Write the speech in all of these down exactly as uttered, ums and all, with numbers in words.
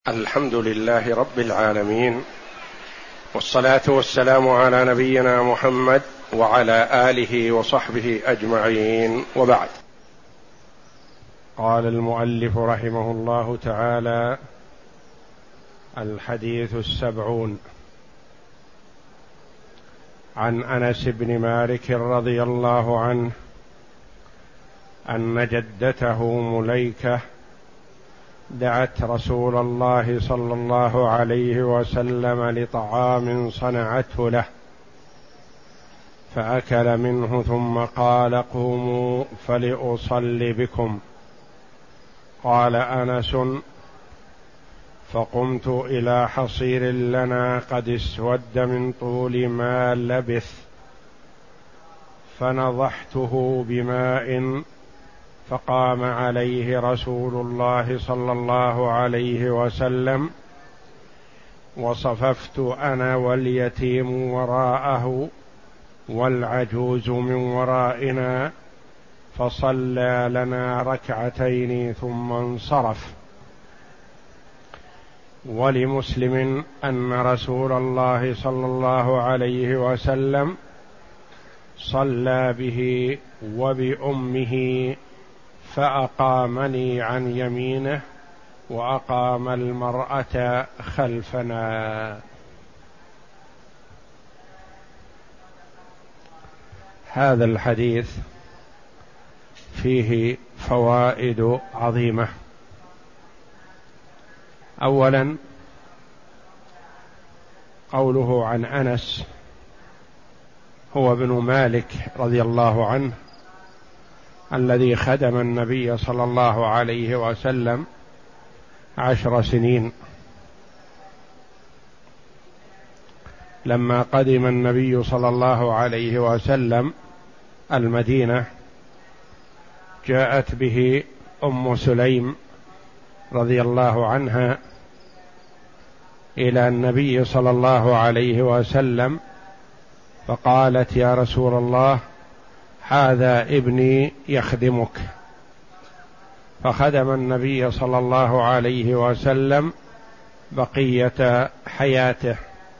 الحمد لله رب العالمين، والصلاة والسلام على نبينا محمد وعلى آله وصحبه أجمعين، وبعد. قال المؤلف رحمه الله تعالى: الحديث السبعون. عن أنس بن مالك رضي الله عنه أن جدته مليكة دعت رسول الله صلى الله عليه وسلم لطعام صنعته له، فأكل منه ثم قال: قوموا فلأصلي بكم. قال أنس: فقمت إلى حصير لنا قد اسود من طول ما لبث، فنضحته بماء، فقام عليه رسول الله صلى الله عليه وسلم، وصففت أنا واليتيم وراءه والعجوز من ورائنا، فصلى لنا ركعتين ثم انصرف. ولمسلم أن رسول الله صلى الله عليه وسلم صلى به وبأمه، فأقامني عن يمينه وأقام المرأة خلفنا. هذا الحديث فيه فوائد عظيمة. أولا، قوله عن أنس هو ابن مالك رضي الله عنه، الذي خدم النبي صلى الله عليه وسلم عشر سنين. لما قدم النبي صلى الله عليه وسلم المدينة جاءت به أم سليم رضي الله عنها إلى النبي صلى الله عليه وسلم، فقالت: يا رسول الله، هذا ابني يخدمك. فخدم النبي صلى الله عليه وسلم بقية حياته.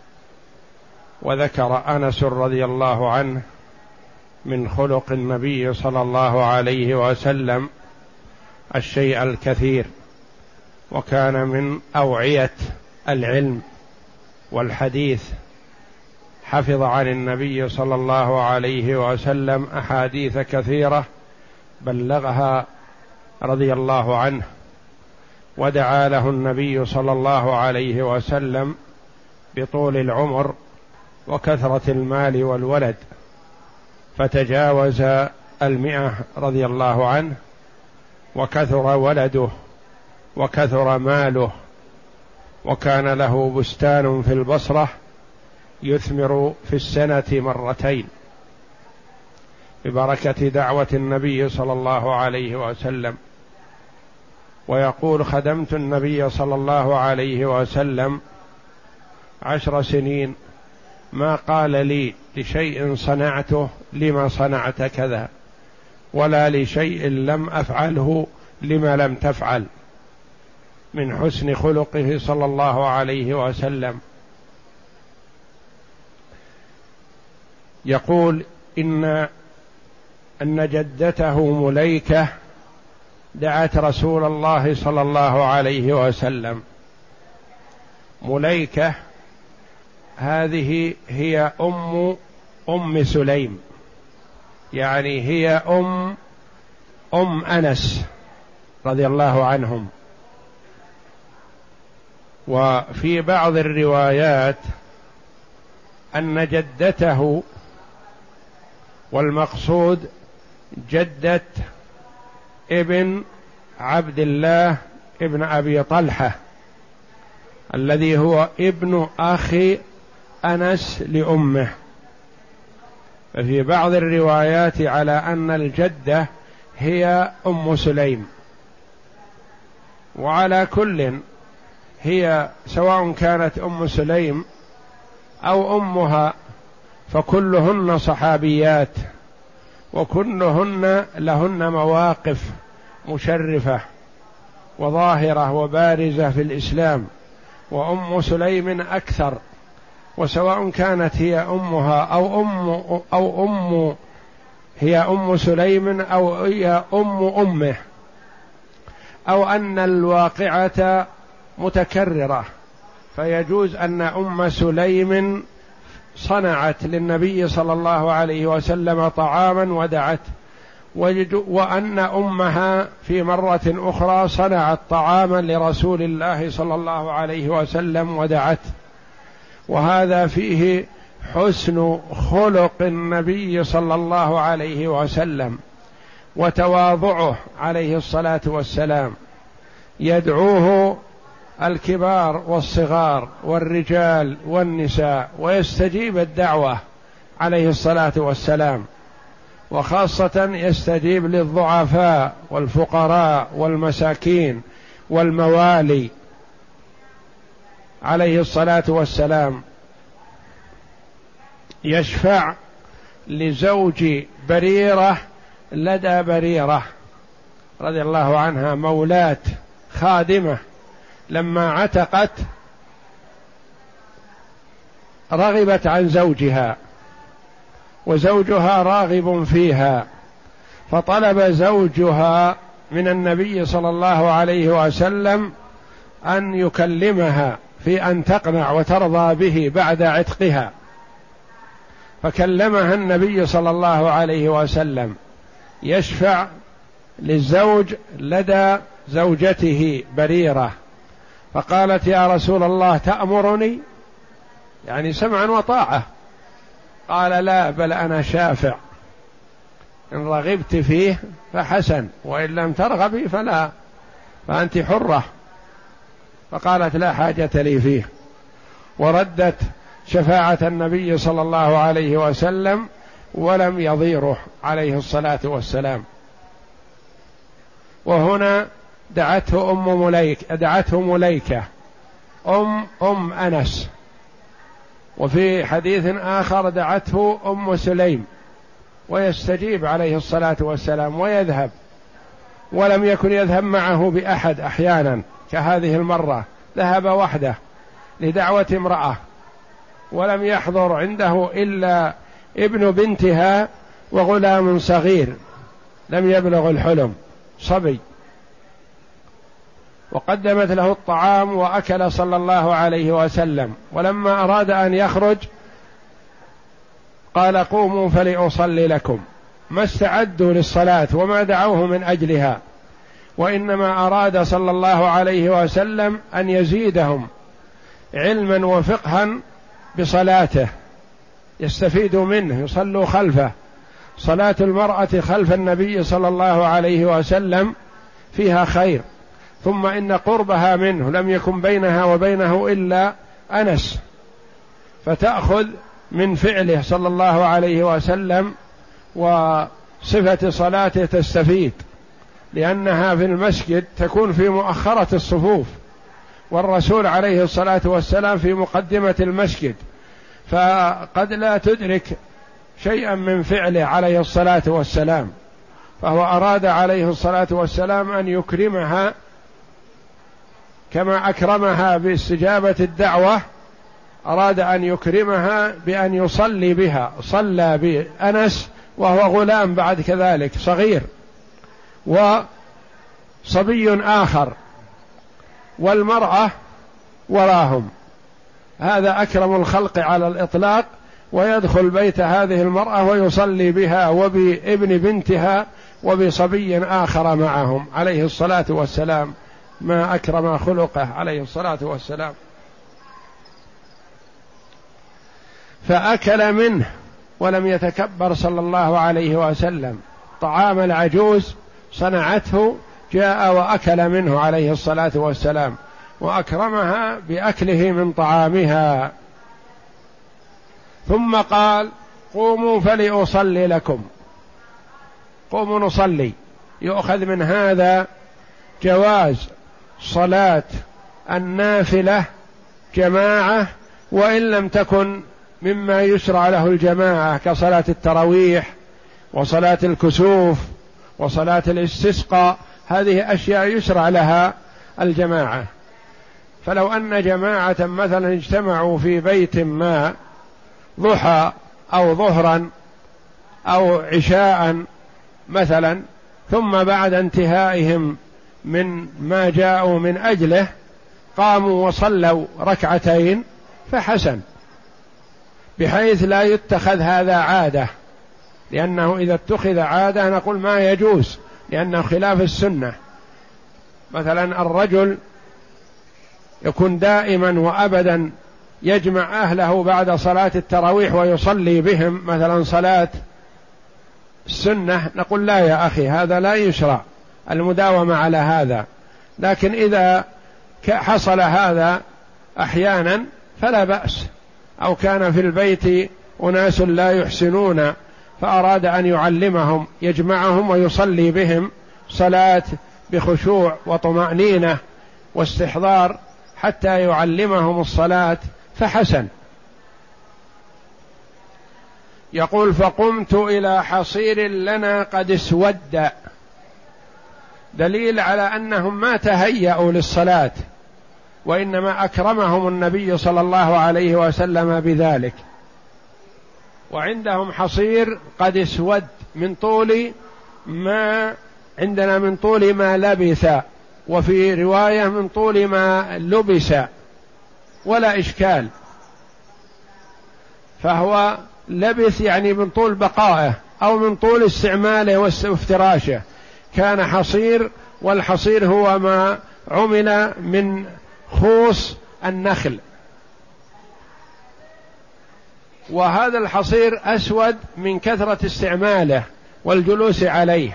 وذكر أنس رضي الله عنه من خلق النبي صلى الله عليه وسلم الشيء الكثير، وكان من أوعية العلم والحديث، حفظ عن النبي صلى الله عليه وسلم أحاديث كثيرة بلغها رضي الله عنه. ودعا له النبي صلى الله عليه وسلم بطول العمر وكثرة المال والولد، فتجاوز المئة رضي الله عنه، وكثر ولده وكثر ماله، وكان له بستان في البصرة يثمر في السنة مرتين ببركة دعوة النبي صلى الله عليه وسلم. ويقول: خدمت النبي صلى الله عليه وسلم عشر سنين، ما قال لي لشيء صنعته لما صنعت كذا، ولا لشيء لم أفعله لما لم تفعل، من حسن خلقه صلى الله عليه وسلم. يقول: إن أن جدته مليكة دعت رسول الله صلى الله عليه وسلم. مليكة هذه هي أم أم سليم، يعني هي أم أم أنس رضي الله عنهم. وفي بعض الروايات أن جدته، والمقصود جدة ابن عبد الله ابن أبي طلحة، الذي هو ابن أخي أنس لأمه. ففي بعض الروايات على أن الجدة هي أم سليم. وعلى كل، هي سواء كانت أم سليم أو أمها فكلهن صحابيات، وكلهن لهن مواقف مشرفة وظاهرة وبارزة في الإسلام، وأم سليم أكثر، وسواء كانت هي أمها أو أم أو أم هي أم سليم أو هي أم أمه، أو أن الواقعة متكررة، فيجوز أن أم سليم صنعت للنبي صلى الله عليه وسلم طعاما ودعت، وأن أمها في مرة أخرى صنعت طعاما لرسول الله صلى الله عليه وسلم ودعت. وهذا فيه حسن خلق النبي صلى الله عليه وسلم وتواضعه عليه الصلاة والسلام، يدعوه الكبار والصغار والرجال والنساء ويستجيب الدعوة عليه الصلاة والسلام، وخاصة يستجيب للضعفاء والفقراء والمساكين والموالي عليه الصلاة والسلام. يشفع لزوج بريرة لدى بريرة رضي الله عنها مولاة خادمة، لما عتقت رغبت عن زوجها وزوجها راغب فيها، فطلب زوجها من النبي صلى الله عليه وسلم أن يكلمها في أن تقنع وترضى به بعد عتقها، فكلمها النبي صلى الله عليه وسلم يشفع للزوج لدى زوجته بريرة، فقالت يا رسول الله تأمرني؟ يعني سمعا وطاعة. قال لا، بل أنا شافع، إن رغبت فيه فحسن، وإن لم ترغبي فلا، فأنت حرة. فقالت لا حاجة لي فيه، وردت شفاعة النبي صلى الله عليه وسلم ولم يضيره عليه الصلاة والسلام. وهنا دعته أم مليك دعته مليكة أم أم أنس، وفي حديث آخر دعته أم سليم، ويستجيب عليه الصلاة والسلام ويذهب، ولم يكن يذهب معه بأحد، أحيانا كهذه المرة ذهب وحده لدعوة امرأة، ولم يحضر عنده إلا ابن بنتها وغلام صغير لم يبلغ الحلم صبي، وقدمت له الطعام وأكل صلى الله عليه وسلم. ولما أراد أن يخرج قال قوموا فلأصلي لكم، ما استعدوا للصلاة وما دعوه من أجلها، وإنما أراد صلى الله عليه وسلم أن يزيدهم علما وفقها بصلاته، يستفيدوا منه، يصلوا خلفه. صلاة المرأة خلف النبي صلى الله عليه وسلم فيها خير، ثم إن قربها منه لم يكن بينها وبينه إلا أنس، فتأخذ من فعله صلى الله عليه وسلم وصفة صلاته تستفيد، لأنها في المسجد تكون في مؤخرة الصفوف، والرسول عليه الصلاة والسلام في مقدمة المسجد، فقد لا تدرك شيئا من فعله عليه الصلاة والسلام، فهو أراد عليه الصلاة والسلام أن يكرمها كما أكرمها باستجابة الدعوة، أراد أن يكرمها بأن يصلي بها. صلى بأنس وهو غلام بعد كذلك صغير، وصبي آخر، والمرأة وراهم، هذا أكرم الخلق على الإطلاق، ويدخل بيت هذه المرأة ويصلي بها وبابن بنتها وبصبي آخر معهم عليه الصلاة والسلام. ما أكرم خلقه عليه الصلاة والسلام. فأكل منه ولم يتكبر صلى الله عليه وسلم، طعام العجوز صنعته جاء وأكل منه عليه الصلاة والسلام، وأكرمها بأكله من طعامها. ثم قال قوموا فلأصلي لكم، قوموا نصلي. يؤخذ من هذا جواز صلاة النافلة جماعة، وإن لم تكن مما يشرع له الجماعة، كصلاة التراويح وصلاة الكسوف وصلاة الاستسقاء، هذه أشياء يشرع لها الجماعة. فلو أن جماعة مثلا اجتمعوا في بيت ما ضحى أو ظهرا أو عشاء مثلا، ثم بعد انتهائهم من ما جاءوا من أجله قاموا وصلوا ركعتين فحسن، بحيث لا يتخذ هذا عادة، لأنه إذا اتخذ عادة نقول ما يجوز، لأنه خلاف السنة. مثلا الرجل يكون دائما وأبدا يجمع أهله بعد صلاة التراويح ويصلي بهم مثلا صلاة السنة، نقول لا يا أخي، هذا لا يشرع المداومة على هذا. لكن إذا حصل هذا أحيانا فلا بأس، أو كان في البيت أناس لا يحسنون فأراد أن يعلمهم يجمعهم ويصلي بهم صلاة بخشوع وطمأنينة واستحضار حتى يعلمهم الصلاة فحسن. يقول فقمت إلى حصير لنا قد اسود، دليل على أنهم ما تهيأوا للصلاة، وإنما أكرمهم النبي صلى الله عليه وسلم بذلك. وعندهم حصير قد اسود من طول ما عندنا، من طول ما لبث، وفي رواية من طول ما لبس، ولا إشكال، فهو لبث يعني من طول بقائه أو من طول استعماله وافتراشه، كان حصير، والحصير هو ما عمل من خوص النخل، وهذا الحصير أسود من كثرة استعماله والجلوس عليه.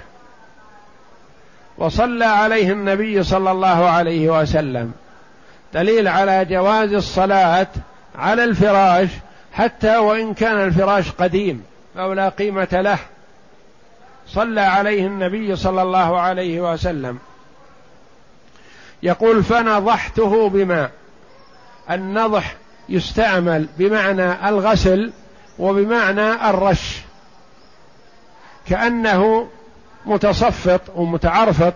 وصلى عليه النبي صلى الله عليه وسلم، دليل على جواز الصلاة على الفراش حتى وإن كان الفراش قديم أو لا قيمة له. صلى عليه النبي صلى الله عليه وسلم. يقول فنضحته بماء. النضح يستعمل بمعنى الغسل وبمعنى الرش، كأنه متصفط ومتعرفط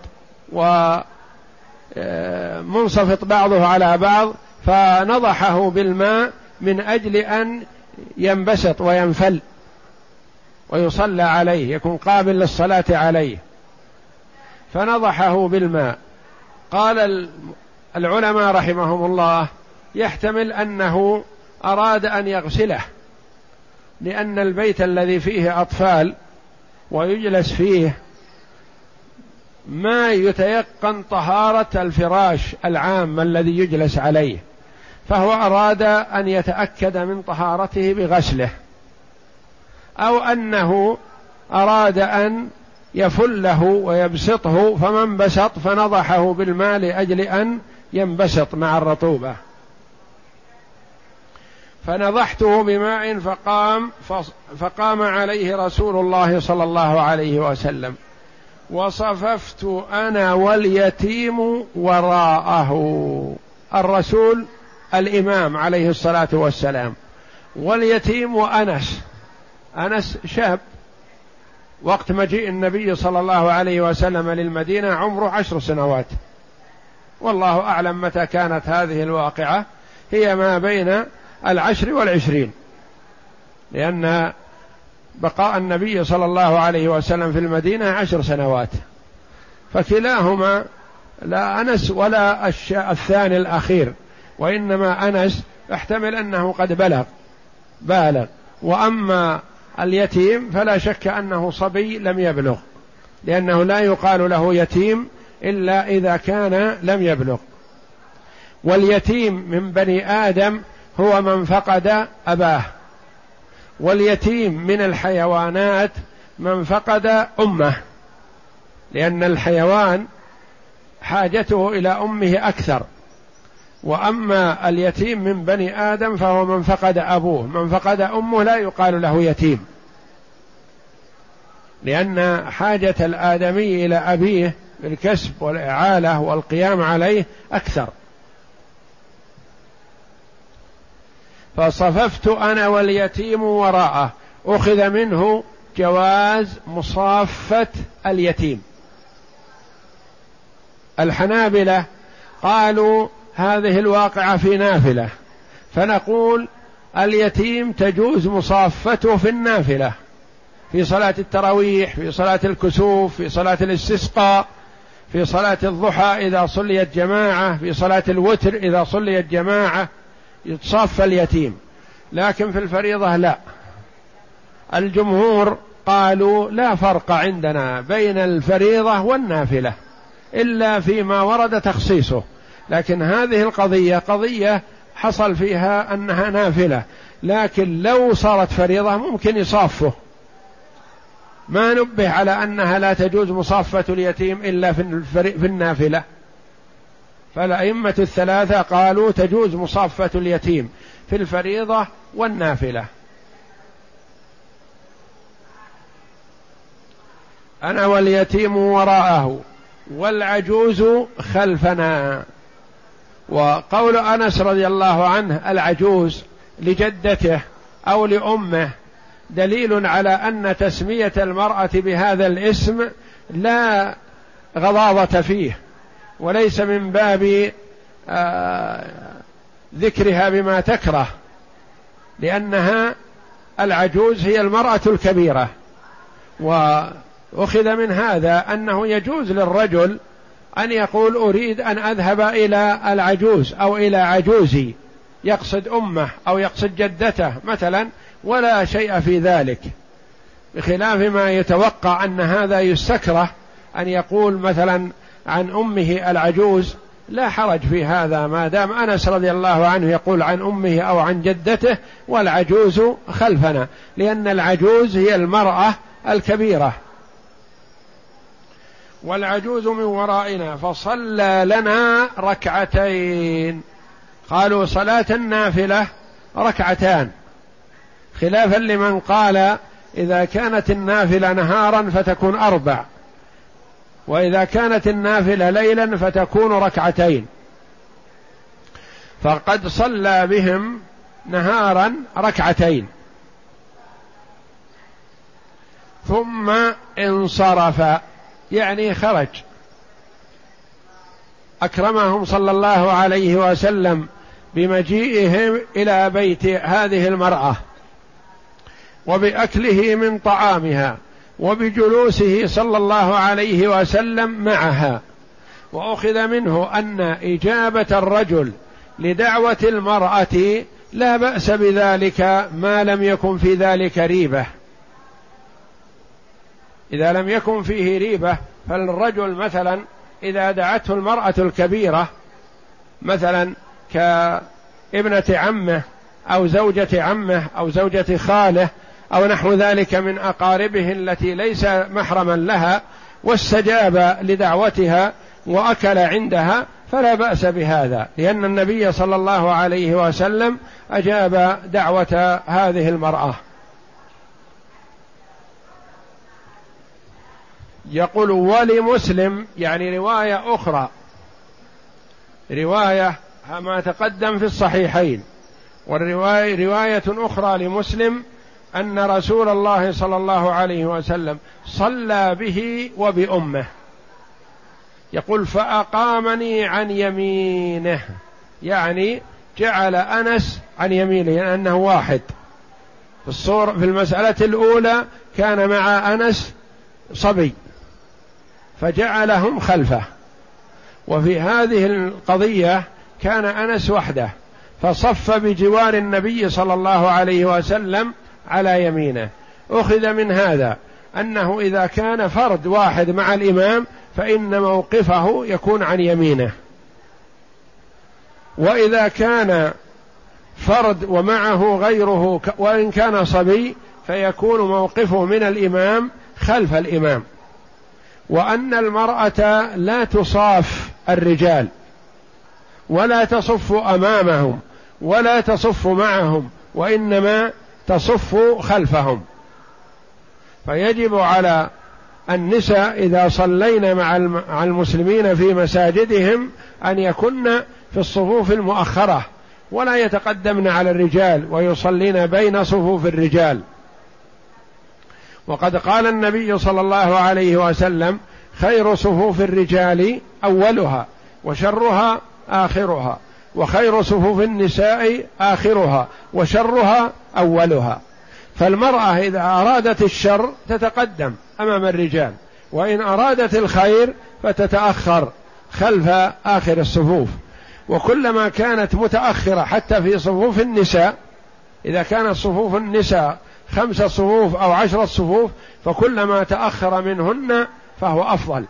ومنصفط بعضه على بعض، فنضحه بالماء من أجل أن ينبسط وينفل ويصلى عليه، يكون قابل للصلاة عليه، فنضحه بالماء. قال العلماء رحمهم الله يحتمل أنه أراد أن يغسله، لأن البيت الذي فيه أطفال ويجلس فيه ما يتيقن طهارة الفراش العام الذي يجلس عليه، فهو أراد أن يتأكد من طهارته بغسله، أو أنه أراد أن يفله ويبسطه فما انبسط فنضحه بالماء لأجل أن ينبسط مع الرطوبة. فنضحته بماء فقام فقام عليه رسول الله صلى الله عليه وسلم، وصففت أنا واليتيم وراءه. الرسول الإمام عليه الصلاة والسلام، واليتيم وأنس، أنس شاب وقت مجيء النبي صلى الله عليه وسلم للمدينة عمره عشر سنوات، والله أعلم متى كانت هذه الواقعة، هي ما بين العشر والعشرين، لأن بقاء النبي صلى الله عليه وسلم في المدينة عشر سنوات، فكلاهما لا أنس ولا الثاني الأخير، وإنما أنس احتمل أنه قد بلغ بالغ، وأما اليتيم فلا شك أنه صبي لم يبلغ، لأنه لا يقال له يتيم إلا إذا كان لم يبلغ. واليتيم من بني آدم هو من فقد أباه، واليتيم من الحيوانات من فقد أمه، لأن الحيوان حاجته إلى أمه أكثر، وأما اليتيم من بني آدم فهو من فقد أبوه. من فقد أمه لا يقال له يتيم، لأن حاجة الآدمي إلى أبيه بالكسب والإعالة والقيام عليه أكثر. فصففت أنا واليتيم وراءه، أخذ منه جواز مصافة اليتيم. الحنابلة قالوا هذه الواقعة في نافلة، فنقول اليتيم تجوز مصافته في النافلة، في صلاة التراويح، في صلاة الكسوف، في صلاة الاستسقاء، في صلاة الضحى إذا صليت جماعة، في صلاة الوتر إذا صليت جماعة يتصاف اليتيم. لكن في الفريضة لا، الجمهور قالوا لا فرق عندنا بين الفريضة والنافلة إلا فيما ورد تخصيصه، لكن هذه القضية قضية حصل فيها أنها نافلة، لكن لو صارت فريضة ممكن يصافه، ما نبه على أنها لا تجوز مصافة اليتيم إلا في النافلة. فالأئمة الثلاثة قالوا تجوز مصافة اليتيم في الفريضة والنافلة. أنا واليتيم وراءه والعجوز خلفنا. وقول أنس رضي الله عنه العجوز لجدته أو لأمه دليل على أن تسمية المرأة بهذا الاسم لا غضاضة فيه، وليس من باب آه ذكرها بما تكره، لأنها العجوز هي المرأة الكبيرة. وأخذ من هذا أنه يجوز للرجل أن يقول أريد أن أذهب إلى العجوز أو إلى عجوزي، يقصد أمه أو يقصد جدته مثلا، ولا شيء في ذلك، بخلاف ما يتوقع أن هذا يستكره أن يقول مثلا عن أمه العجوز، لا حرج في هذا ما دام أنس رضي الله عنه يقول عن أمه أو عن جدته والعجوز خلفنا، لأن العجوز هي المرأة الكبيرة. والعجوز من ورائنا فصلى لنا ركعتين. قالوا صلاة النافلة ركعتان، خلافا لمن قال إذا كانت النافلة نهارا فتكون أربع، وإذا كانت النافلة ليلا فتكون ركعتين. فقد صلى بهم نهارا ركعتين ثم انصرف، يعني خرج، أكرمهم صلى الله عليه وسلم بمجيئهم إلى بيت هذه المرأة وبأكله من طعامها وبجلوسه صلى الله عليه وسلم معها. وأخذ منه أن إجابة الرجل لدعوة المرأة لا بأس بذلك ما لم يكن في ذلك ريبة. إذا لم يكن فيه ريبة، فالرجل مثلا إذا دعته المرأة الكبيرة مثلا كابنة عمه أو زوجة عمه أو زوجة خاله أو نحو ذلك من أقاربه التي ليس محرما لها، واستجاب لدعوتها وأكل عندها، فلا بأس بهذا، لأن النبي صلى الله عليه وسلم أجاب دعوة هذه المرأة. يقول ولمسلم، يعني رواية أخرى، رواية ما تقدم في الصحيحين، والرواية رواية أخرى لمسلم أن رسول الله صلى الله عليه وسلم صلى به وبأمه. يقول فأقامني عن يمينه، يعني جعل أنس عن يمينه، لأنه واحد. في الصورة في المسألة الأولى كان مع أنس صبي فجعلهم خلفه، وفي هذه القضية كان أنس وحده فصف بجوار النبي صلى الله عليه وسلم على يمينه. أخذ من هذا أنه إذا كان فرد واحد مع الإمام فإن موقفه يكون عن يمينه، وإذا كان فرد ومعه غيره وإن كان صبي فيكون موقفه من الإمام خلف الإمام. وأن المرأة لا تصاف الرجال ولا تصف أمامهم ولا تصف معهم، وإنما تصف خلفهم. فيجب على النساء إذا صلين مع المسلمين في مساجدهم أن يكن في الصفوف المؤخرة ولا يتقدمن على الرجال ويصلين بين صفوف الرجال. وقد قال النبي صلى الله عليه وسلم خير صفوف الرجال أولها وشرها آخرها، وخير صفوف النساء آخرها، وشرها أولها. فالمرأة إذا أرادت الشر تتقدم أمام الرجال، وإن أرادت الخير فتتأخر خلف آخر الصفوف. وكلما كانت متأخرة حتى في صفوف النساء، إذا كانت صفوف النساء خمسة صفوف أو عشرة صفوف، فكلما تأخر منهن فهو أفضل.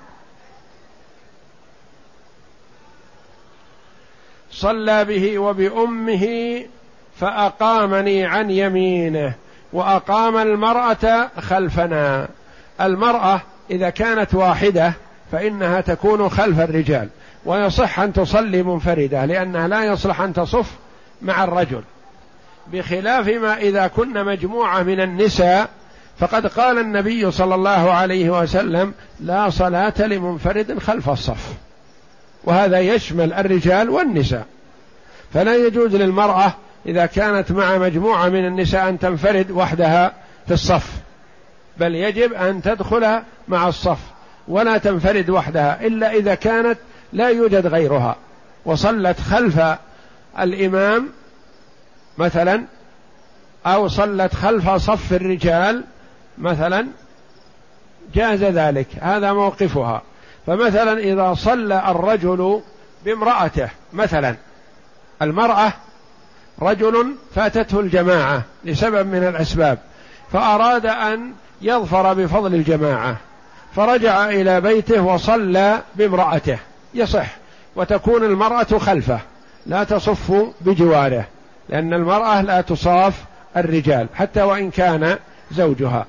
صلى به وبأمه فأقامني عن يمينه وأقام المرأة خلفنا. المرأة إذا كانت واحدة فإنها تكون خلف الرجال، ويصح أن تصلي منفردة لأنها لا يصلح أن تصف مع الرجل، بخلاف ما إذا كن مجموعة من النساء، فقد قال النبي صلى الله عليه وسلم: لا صلاة لمنفرد خلف الصف، وهذا يشمل الرجال والنساء. فلا يجوز للمرأة إذا كانت مع مجموعة من النساء أن تنفرد وحدها في الصف، بل يجب أن تدخل مع الصف ولا تنفرد وحدها إلا إذا كانت لا يوجد غيرها وصلت خلف الإمام مثلا، أو صلت خلف صف الرجال مثلا، جاز ذلك، هذا موقفها. فمثلا إذا صلى الرجل بامرأته مثلا، المرأة رجل فاتته الجماعة لسبب من الأسباب، فأراد أن يظفر بفضل الجماعة، فرجع إلى بيته وصلى بامرأته، يصح، وتكون المرأة خلفه لا تصف بجواره، لأن المرأة لا تصاف الرجال حتى وإن كان زوجها.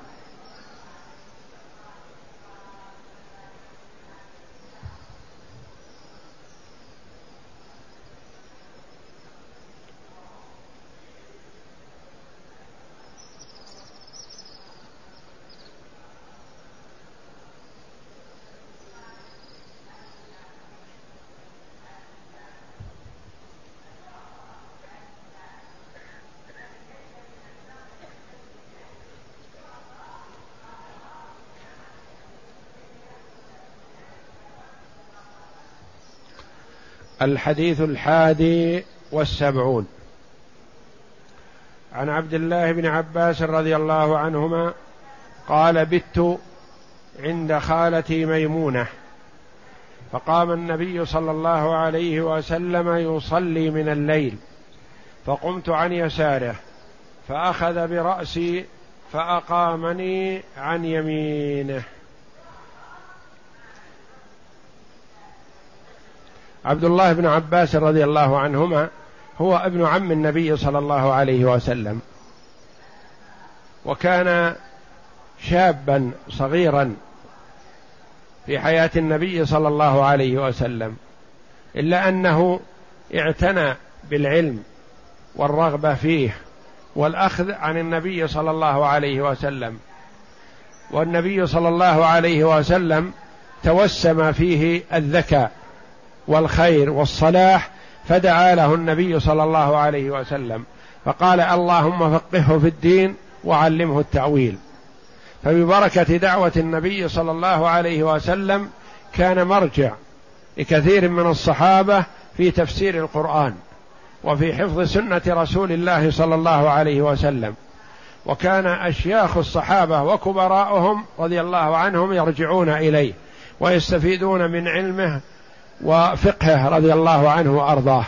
الحديث الحادي والسبعون. عن عبد الله بن عباس رضي الله عنهما قال: بت عند خالتي ميمونة، فقام النبي صلى الله عليه وسلم يصلي من الليل، فقمت عن يساره فأخذ برأسي فأقامني عن يمينه. عبد الله بن عباس رضي الله عنهما هو ابن عم النبي صلى الله عليه وسلم، وكان شابا صغيرا في حياة النبي صلى الله عليه وسلم، إلا أنه اعتنى بالعلم والرغبة فيه والأخذ عن النبي صلى الله عليه وسلم، والنبي صلى الله عليه وسلم توسم فيه الذكاء والخير والصلاح، فدعا له النبي صلى الله عليه وسلم فقال: اللهم فقهه في الدين وعلمه التأويل. فببركة دعوة النبي صلى الله عليه وسلم كان مرجع لكثير من الصحابة في تفسير القرآن وفي حفظ سنة رسول الله صلى الله عليه وسلم، وكان أشياخ الصحابة وكبراءهم رضي الله عنهم يرجعون إليه ويستفيدون من علمه وفقهه رضي الله عنه وأرضاه.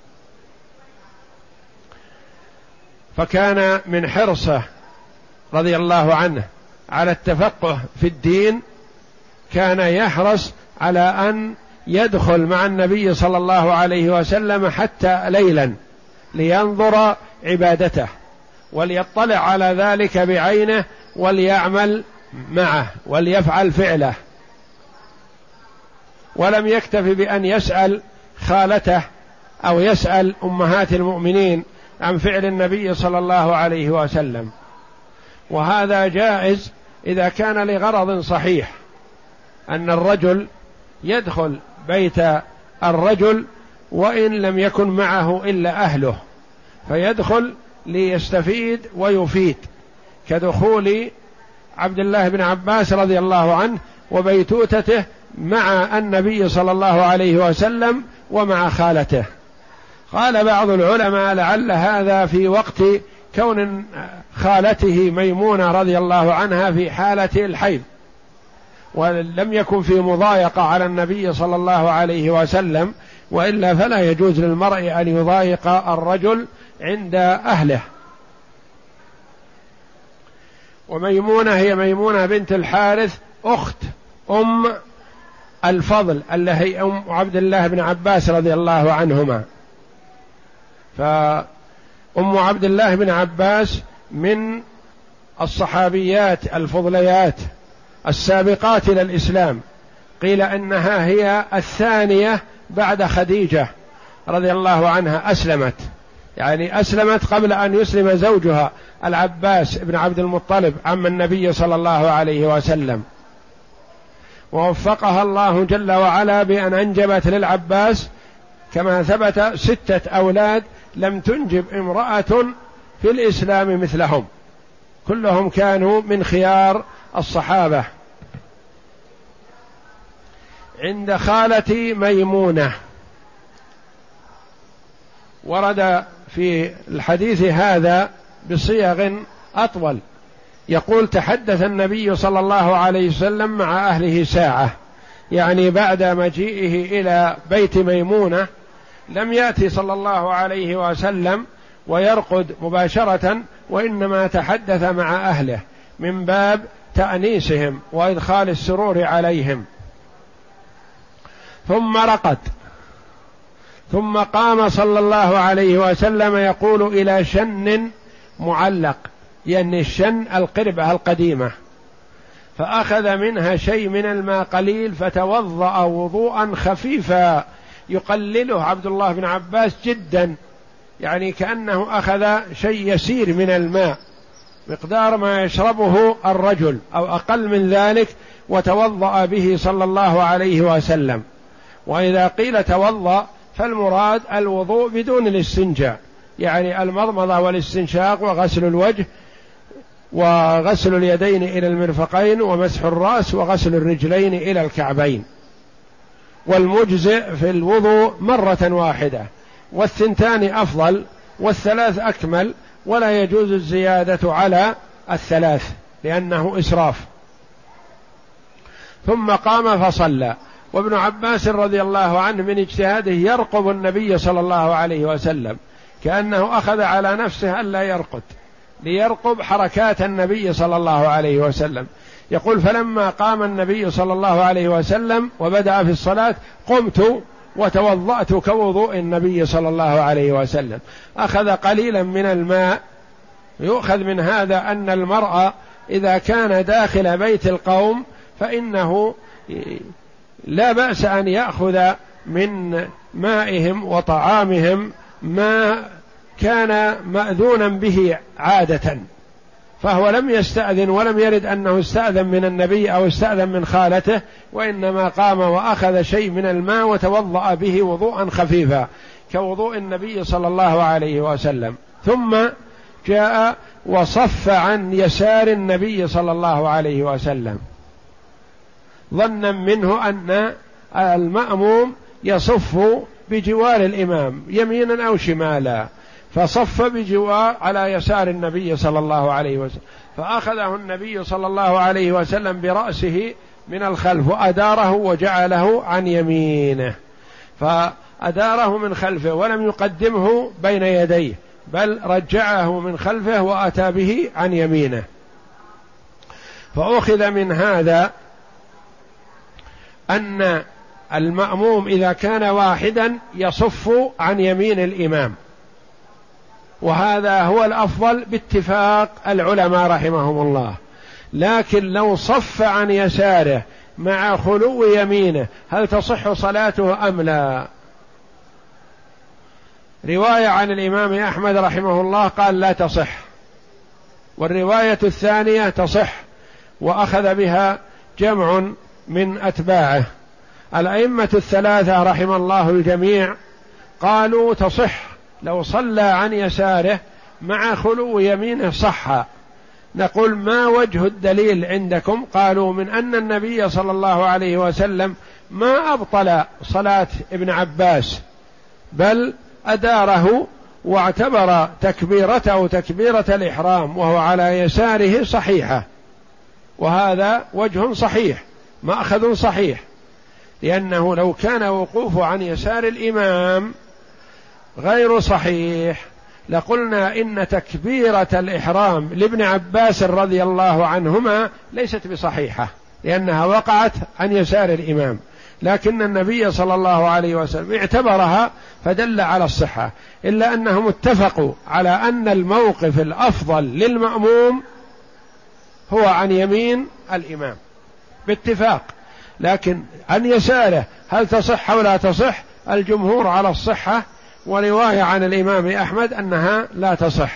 فكان من حرصه رضي الله عنه على التفقه في الدين، كان يحرص على أن يدخل مع النبي صلى الله عليه وسلم حتى ليلا لينظر عبادته وليطلع على ذلك بعينه وليعمل معه وليفعل فعله. ولم يكتف بأن يسأل خالته أو يسأل أمهات المؤمنين عن فعل النبي صلى الله عليه وسلم، وهذا جائز إذا كان لغرض صحيح، أن الرجل يدخل بيت الرجل وإن لم يكن معه إلا أهله، فيدخل ليستفيد ويفيد، كدخول عبد الله بن عباس رضي الله عنه وبيتوتته مع النبي صلى الله عليه وسلم ومع خالته. قال بعض العلماء لعل هذا في وقت كون خالته ميمونة رضي الله عنها في حالة الحيض، ولم يكن في مضايقة على النبي صلى الله عليه وسلم، وإلا فلا يجوز للمرء أن يضايق الرجل عند أهله. وميمونة هي ميمونة بنت الحارث أخت أم الفضل اللي هي أم عبد الله بن عباس رضي الله عنهما. فأم عبد الله بن عباس من الصحابيات الفضليات السابقات إلى الإسلام، قيل إنها هي الثانية بعد خديجة رضي الله عنها، أسلمت، يعني أسلمت قبل أن يسلم زوجها العباس بن عبد المطلب عم النبي صلى الله عليه وسلم، ووفقها الله جل وعلا بأن أنجبت للعباس كما ثبت ستة أولاد لم تنجب امرأة في الإسلام مثلهم، كلهم كانوا من خيار الصحابة. عند خالتي ميمونة ورد في الحديث هذا بصيغ أطول، يقول تحدث النبي صلى الله عليه وسلم مع أهله ساعة، يعني بعد مجيئه إلى بيت ميمونة لم يأتي صلى الله عليه وسلم ويرقد مباشرة، وإنما تحدث مع أهله من باب تأنيسهم وإدخال السرور عليهم. ثم رقد، ثم قام صلى الله عليه وسلم يقول إلى شن معلق، يعني الشن القربة القديمة، فأخذ منها شيء من الماء قليل فتوضأ وضوءا خفيفا يقلله عبد الله بن عباس جدا، يعني كأنه أخذ شيء يسير من الماء مقدار ما يشربه الرجل أو أقل من ذلك، وتوضأ به صلى الله عليه وسلم. وإذا قيل توضأ فالمراد الوضوء بدون الاستنجاء، يعني المضمضة والاستنشاق وغسل الوجه وغسل اليدين إلى المرفقين ومسح الرأس وغسل الرجلين إلى الكعبين، والمجزئ في الوضوء مرة واحدة، والثنتان أفضل والثلاث أكمل، ولا يجوز الزيادة على الثلاث لأنه إسراف. ثم قام فصلى. وابن عباس رضي الله عنه من اجتهاده يرقب النبي صلى الله عليه وسلم، كأنه أخذ على نفسه ألا يرقد، ليرقب حركات النبي صلى الله عليه وسلم. يقول فلما قام النبي صلى الله عليه وسلم وبدأ في الصلاة قمت وتوضأت كوضوء النبي صلى الله عليه وسلم، أخذ قليلا من الماء. يؤخذ من هذا أن المرأة إذا كان داخل بيت القوم فإنه لا بأس أن يأخذ من مائهم وطعامهم ما كان مأذونا به عادة، فهو لم يستأذن ولم يرد أنه استأذن من النبي أو استأذن من خالته، وإنما قام وأخذ شيء من الماء وتوضأ به وضوءا خفيفا كوضوء النبي صلى الله عليه وسلم. ثم جاء وصف عن يسار النبي صلى الله عليه وسلم، ظنا منه أن المأموم يصف بجوار الإمام يمينا أو شمالا، فصف بجوار على يسار النبي صلى الله عليه وسلم، فأخذه النبي صلى الله عليه وسلم برأسه من الخلف وأداره وجعله عن يمينه، فأداره من خلفه ولم يقدمه بين يديه، بل رجعه من خلفه وأتى به عن يمينه. فأخذ من هذا أن المأموم إذا كان واحدا يصف عن يمين الإمام، وهذا هو الأفضل باتفاق العلماء رحمهم الله. لكن لو صف عن يساره مع خلو يمينه هل تصح صلاته أم لا؟ رواية عن الإمام أحمد رحمه الله قال لا تصح، والرواية الثانية تصح، وأخذ بها جمع من أتباعه. الأئمة الثلاثة رحم الله الجميع قالوا تصح لو صلى عن يساره مع خلو يمينه صح. نقول ما وجه الدليل عندكم؟ قالوا من أن النبي صلى الله عليه وسلم ما أبطل صلاة ابن عباس، بل أداره واعتبر تكبيرته تكبيرة الإحرام وهو على يساره صحيحة، وهذا وجه صحيح مأخذ صحيح، لأنه لو كان وقوفه عن يسار الإمام غير صحيح لقلنا إن تكبيرة الإحرام لابن عباس رضي الله عنهما ليست بصحيحة لأنها وقعت عن يسار الإمام، لكن النبي صلى الله عليه وسلم اعتبرها فدل على الصحة، إلا أنهم اتفقوا على أن الموقف الأفضل للمأموم هو عن يمين الإمام باتفاق، لكن عن يساره هل تصح أو لا تصح؟ الجمهور على الصحة، ورواية عن الإمام أحمد أنها لا تصح.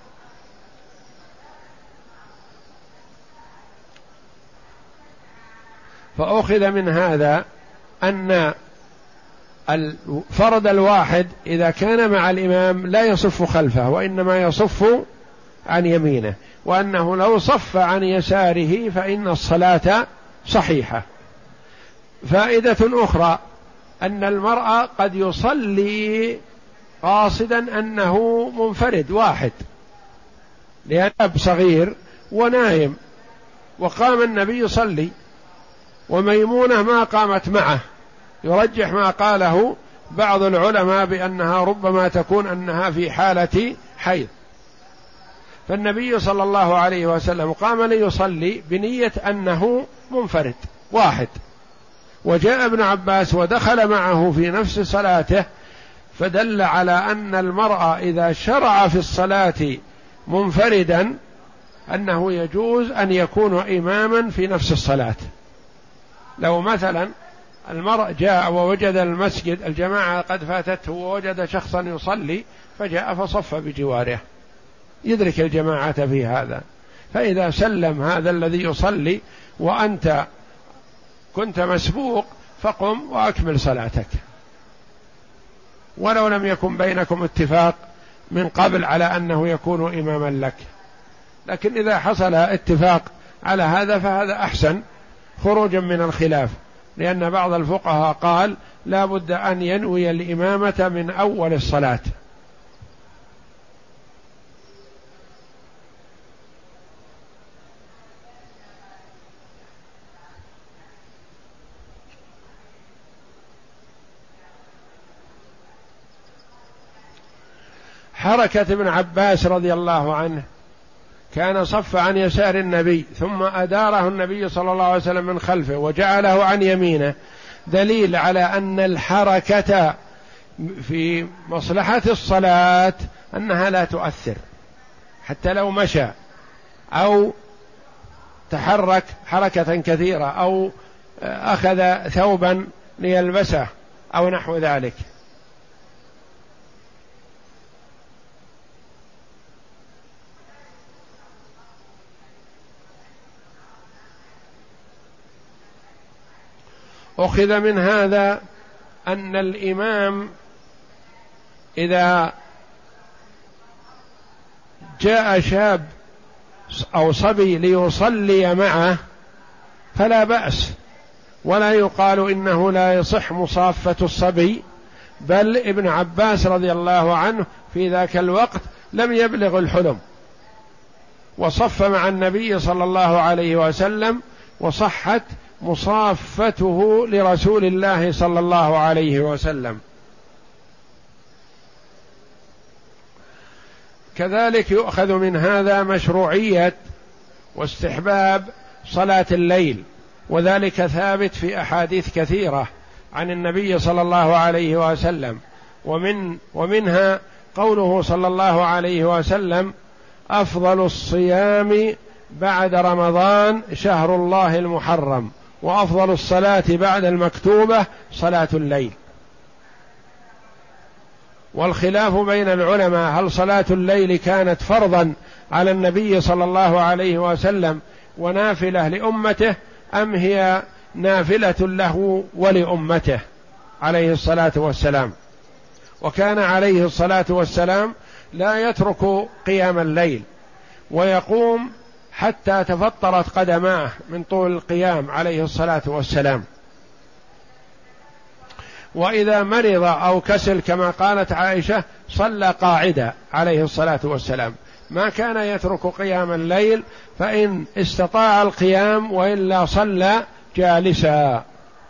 فأخذ من هذا أن الفرد الواحد إذا كان مع الإمام لا يصف خلفه وإنما يصف عن يمينه، وأنه لو صف عن يساره فإن الصلاة صحيحة. فائدة أخرى أن المرأة قد يصلي قاصدا أنه منفرد واحد لأن أب صغير ونايم، وقام النبي يصلي وميمونة ما قامت معه، يرجح ما قاله بعض العلماء بأنها ربما تكون أنها في حالة حيض، فالنبي صلى الله عليه وسلم قام ليصلي بنية أنه منفرد واحد، وجاء ابن عباس ودخل معه في نفس صلاته، فدل على أن المرأة إذا شرع في الصلاة منفردا أنه يجوز أن يكون إماما في نفس الصلاة. لو مثلا المرء جاء ووجد المسجد الجماعة قد فاتته ووجد شخصا يصلي فجاء فصف بجواره يدرك الجماعة في هذا، فإذا سلم هذا الذي يصلي وأنت كنت مسبوق فقم وأكمل صلاتك، ولو لم يكن بينكم اتفاق من قبل على أنه يكون إماما لك، لكن إذا حصل اتفاق على هذا فهذا أحسن خروجا من الخلاف، لأن بعض الفقهاء قال لا بد أن ينوي الإمامة من أول الصلاة. حركة ابن عباس رضي الله عنه كان صف عن يسار النبي ثم أداره النبي صلى الله عليه وسلم من خلفه وجعله عن يمينه، دليل على أن الحركة في مصلحة الصلاة أنها لا تؤثر، حتى لو مشى أو تحرك حركة كثيرة أو أخذ ثوبا ليلبسه أو نحو ذلك. أخذ من هذا أن الإمام إذا جاء شاب أو صبي ليصلي معه فلا بأس، ولا يقال إنه لا يصح مصافة الصبي، بل ابن عباس رضي الله عنه في ذاك الوقت لم يبلغ الحلم وصف مع النبي صلى الله عليه وسلم، وصحت مصافته لرسول الله صلى الله عليه وسلم. كذلك يؤخذ من هذا مشروعية واستحباب صلاة الليل، وذلك ثابت في أحاديث كثيرة عن النبي صلى الله عليه وسلم، ومن ومنها قوله صلى الله عليه وسلم: أفضل الصيام بعد رمضان شهر الله المحرم، وأفضل الصلاة بعد المكتوبة صلاة الليل. والخلاف بين العلماء هل صلاة الليل كانت فرضا على النبي صلى الله عليه وسلم ونافلة لأمته، أم هي نافلة له ولأمته عليه الصلاة والسلام. وكان عليه الصلاة والسلام لا يترك قيام الليل، ويقوم حتى تفطرت قدماه من طول القيام عليه الصلاة والسلام. وإذا مرض أو كسل كما قالت عائشة صلى قاعدا عليه الصلاة والسلام، ما كان يترك قيام الليل، فإن استطاع القيام وإلا صلى جالسا.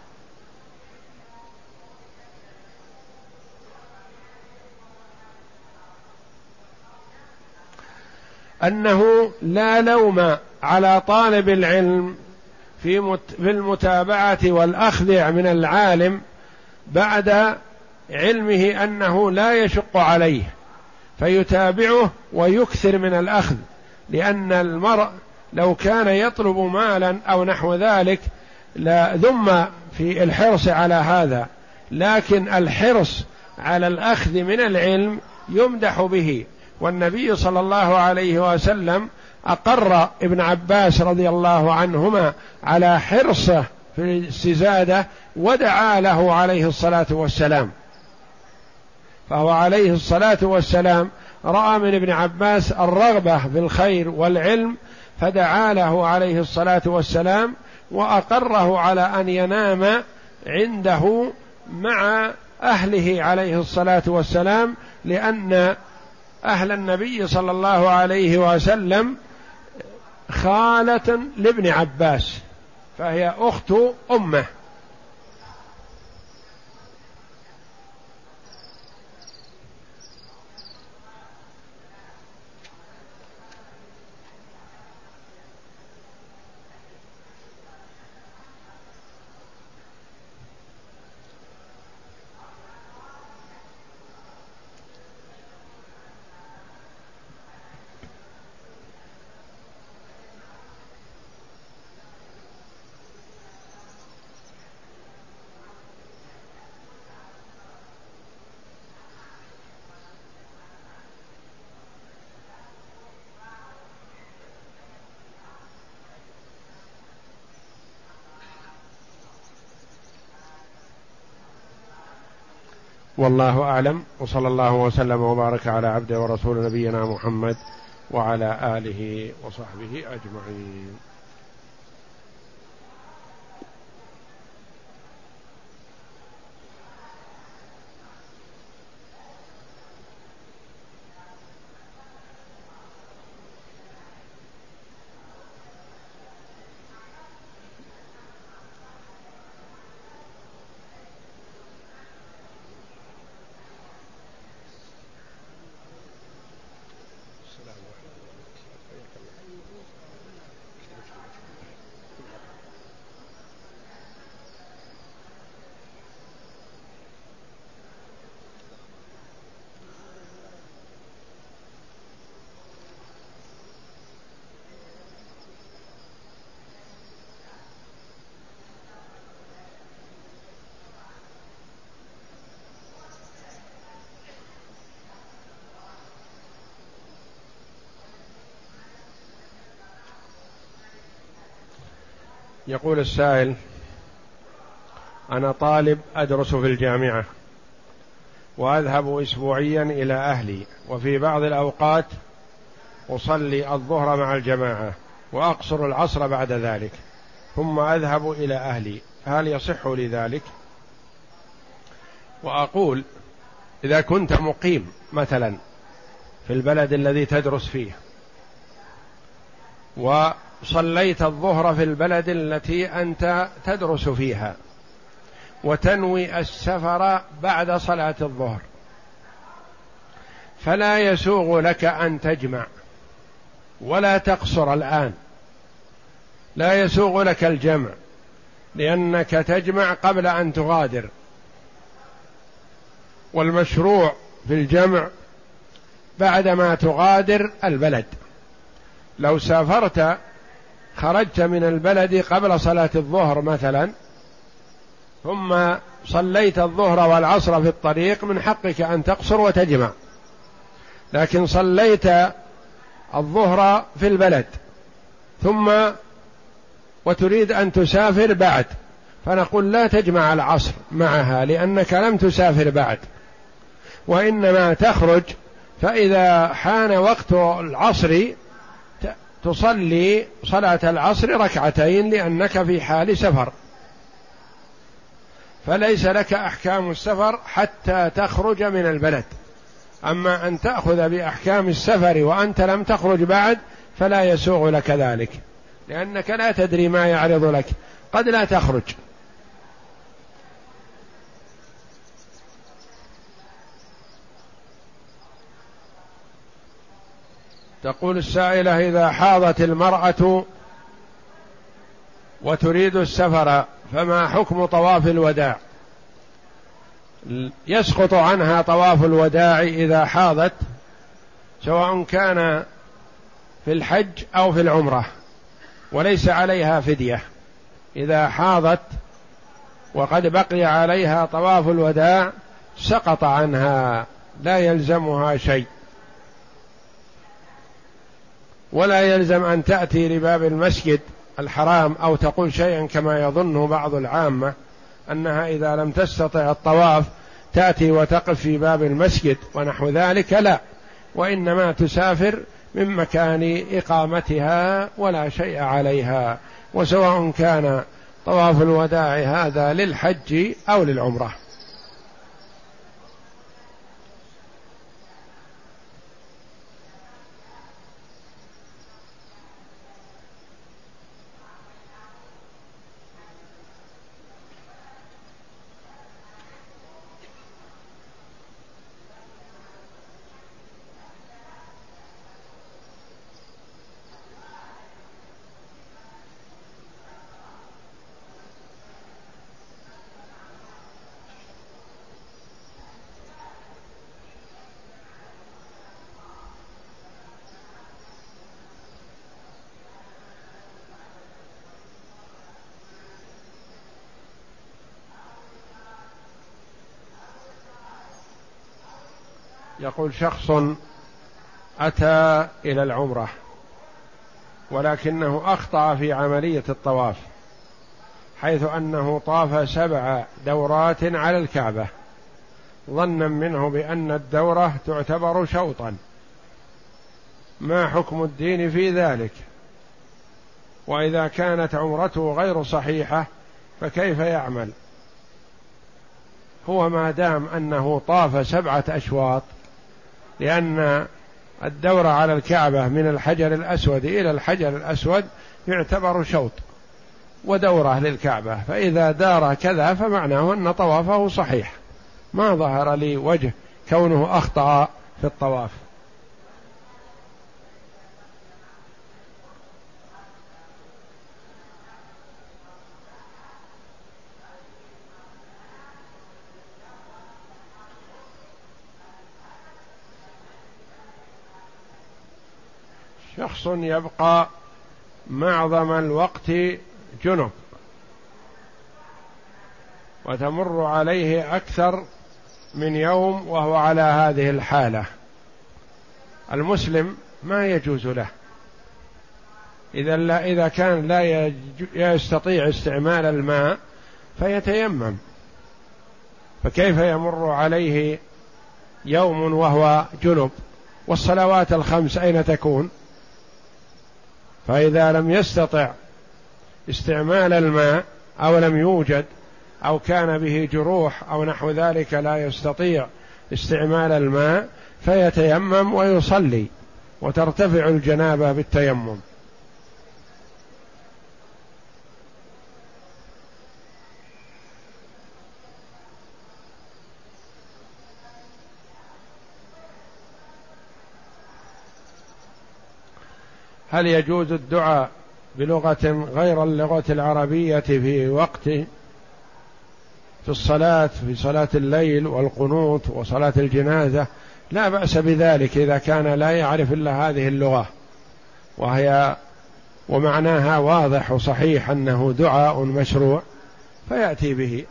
أنه لا لوم على طالب العلم في المتابعة والأخذ من العالم بعد علمه أنه لا يشق عليه فيتابعه ويكثر من الأخذ، لأن المرء لو كان يطلب مالا أو نحو ذلك لا ذم في الحرص على هذا، لكن الحرص على الأخذ من العلم يمدح به. والنبي صلى الله عليه وسلم أقر ابن عباس رضي الله عنهما على حرصه في الاستزادة ودعا له عليه الصلاة والسلام، فهو عليه الصلاة والسلام رأى من ابن عباس الرغبة في الخير والعلم فدعا له عليه الصلاة والسلام وأقره على أن ينام عنده مع أهله عليه الصلاة والسلام، لأن أهل النبي صلى الله عليه وسلم خالة لابن عباس، فهي أخت أمه. والله أعلم، وصلى الله وسلم وبارك على عبده ورسول نبينا محمد وعلى آله وصحبه أجمعين. يقول السائل: أنا طالب أدرس في الجامعة وأذهب أسبوعيا إلى أهلي، وفي بعض الأوقات أصلي الظهر مع الجماعة وأقصر العصر بعد ذلك ثم أذهب إلى أهلي، هل يصح لي ذلك؟ وأقول: إذا كنت مقيم مثلا في البلد الذي تدرس فيه وصليت الظهر في البلد التي أنت تدرس فيها وتنوي السفر بعد صلاة الظهر، فلا يسوغ لك أن تجمع ولا تقصر الآن، لا يسوغ لك الجمع لأنك تجمع قبل أن تغادر، والمشروع في الجمع بعدما تغادر البلد. لو سافرت خرجت من البلد قبل صلاة الظهر مثلا ثم صليت الظهر والعصر في الطريق، من حقك أن تقصر وتجمع، لكن صليت الظهر في البلد ثم وتريد أن تسافر بعد، فنقول لا تجمع العصر معها لأنك لم تسافر بعد، وإنما تخرج، فإذا حان وقت العصر تصلي صلاة العصر ركعتين لأنك في حال سفر. فليس لك أحكام السفر حتى تخرج من البلد. أما أن تأخذ بأحكام السفر وأنت لم تخرج بعد فلا يسوغ لك ذلك، لأنك لا تدري ما يعرض لك، قد لا تخرج. تقول السائلة: إذا حاضت المرأة وتريد السفر فما حكم طواف الوداع؟ يسقط عنها طواف الوداع إذا حاضت، سواء كان في الحج أو في العمرة، وليس عليها فدية. إذا حاضت وقد بقي عليها طواف الوداع سقط عنها، لا يلزمها شيء، ولا يلزم أن تأتي لباب المسجد الحرام أو تقول شيئا كما يظن بعض العامة أنها إذا لم تستطع الطواف تأتي وتقف في باب المسجد ونحو ذلك، لا، وإنما تسافر من مكان إقامتها ولا شيء عليها، وسواء كان طواف الوداع هذا للحج أو للعمرة. يقول: شخص أتى إلى العمرة ولكنه أخطأ في عملية الطواف، حيث أنه طاف سبع دورات على الكعبة ظنا منه بأن الدورة تعتبر شوطا، ما حكم الدين في ذلك؟ وإذا كانت عمرته غير صحيحة فكيف يعمل؟ هو ما دام أنه طاف سبعة أشواط، لأن الدورة على الكعبة من الحجر الأسود إلى الحجر الأسود يعتبر شوط ودورة للكعبة، فإذا دار كذا فمعناه أن طوافه صحيح. ما ظهر لي وجه كونه أخطأ في الطواف. شخص يبقى معظم الوقت جنب وتمر عليه أكثر من يوم وهو على هذه الحالة، المسلم ما يجوز له إذا لا إذا كان لا يستطيع استعمال الماء فيتيمم، فكيف يمر عليه يوم وهو جنب؟ والصلوات الخمس أين تكون؟ فإذا لم يستطع استعمال الماء أو لم يوجد أو كان به جروح أو نحو ذلك لا يستطيع استعمال الماء فيتيمم ويصلي وترتفع الجنابة بالتيمم. هل يجوز الدعاء بلغة غير اللغة العربية في وقت في الصلاة، في صلاة الليل والقنوت وصلاة الجنازة؟ لا بأس بذلك إذا كان لا يعرف إلا هذه اللغة وهي ومعناها واضح وصحيح أنه دعاء مشروع فيأتي به.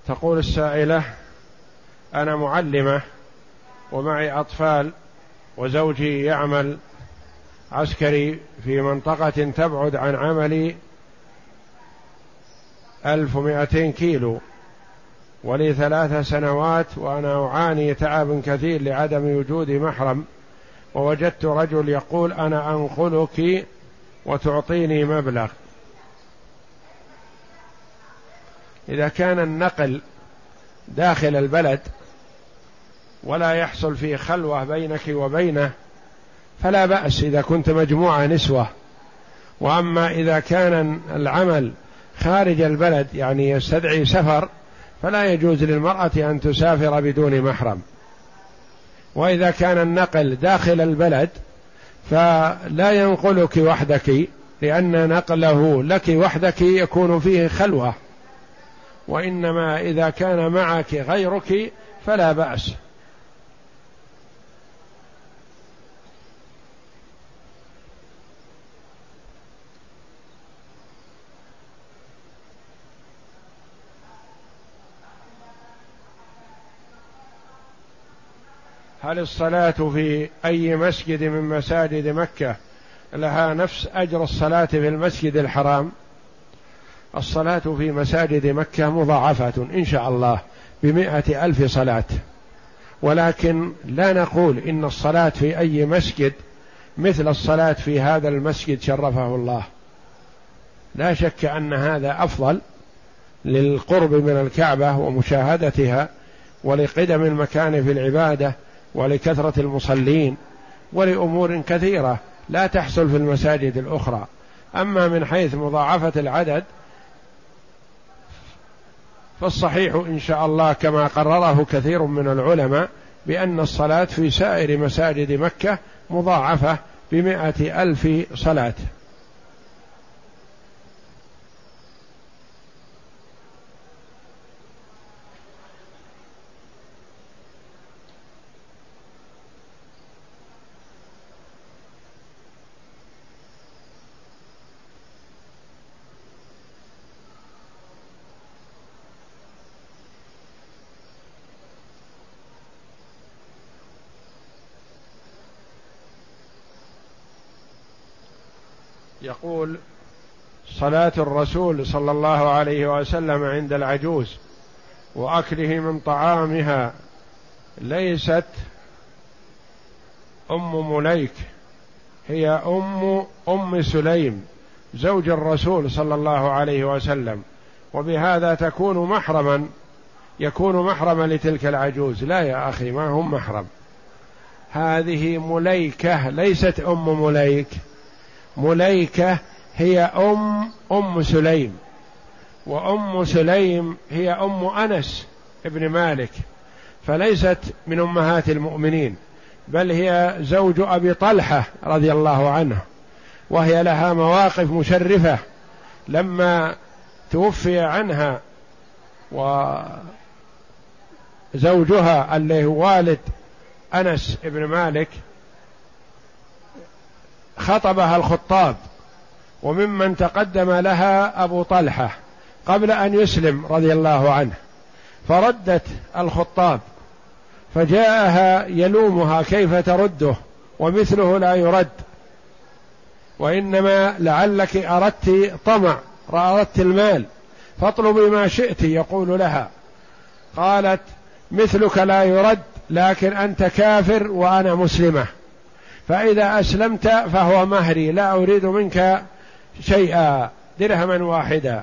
تقول السائلة: أنا معلمة ومعي أطفال وزوجي يعمل عسكري في منطقة تبعد عن عملي ألف ومائتين كيلو، ولي ثلاث سنوات وأنا أعاني تعب كثير لعدم وجود محرم، ووجدت رجل يقول: أنا أنقلك وتعطيني مبلغ. إذا كان النقل داخل البلد ولا يحصل فيه خلوة بينك وبينه فلا بأس إذا كنت مجموعة نسوة. وأما إذا كان العمل خارج البلد يعني يستدعي سفر فلا يجوز للمرأة أن تسافر بدون محرم. وإذا كان النقل داخل البلد فلا ينقلك وحدك، لأن نقله لك وحدك يكون فيه خلوة، وإنما إذا كان معك غيرك فلا بأس. هل الصلاة في أي مسجد من مساجد مكة لها نفس أجر الصلاة في المسجد الحرام؟ الصلاة في مساجد مكة مضاعفة إن شاء الله بمائة ألف صلاة، ولكن لا نقول إن الصلاة في أي مسجد مثل الصلاة في هذا المسجد شرفه الله. لا شك أن هذا أفضل للقرب من الكعبة ومشاهدتها، ولقدم المكان في العبادة، ولكثرة المصلين، ولأمور كثيرة لا تحصل في المساجد الأخرى. أما من حيث مضاعفة العدد فالصحيح إن شاء الله كما قرره كثير من العلماء بأن الصلاة في سائر مساجد مكة مضاعفة بمائة ألف صلاة. يقول: صلاة الرسول صلى الله عليه وسلم عند العجوز وأكله من طعامها ليست أم مليك، هي أم أم سليم زوج الرسول صلى الله عليه وسلم، وبهذا تكون محرما يكون محرما لتلك العجوز. لا يا أخي، ما هم محرم، هذه مليكة ليست أم مليك. مليكة هي أم أم سليم، وأم سليم هي أم أنس ابن مالك، فليست من أمهات المؤمنين، بل هي زوج أبي طلحة رضي الله عنه، وهي لها مواقف مشرفة. لما توفي عنها وزوجها اللي هو والد أنس ابن مالك خطبها الخطاب، وممن تقدم لها أبو طلحة قبل أن يسلم رضي الله عنه، فردت الخطاب، فجاءها يلومها كيف ترده ومثله لا يرد، وإنما لعلك أردت طمع، أردت المال، فاطلبي ما شئت يقول لها. قالت: مثلك لا يرد، لكن أنت كافر وأنا مسلمة، فإذا أسلمت فهو مهري، لا أريد منك شيئا، درهما واحدا.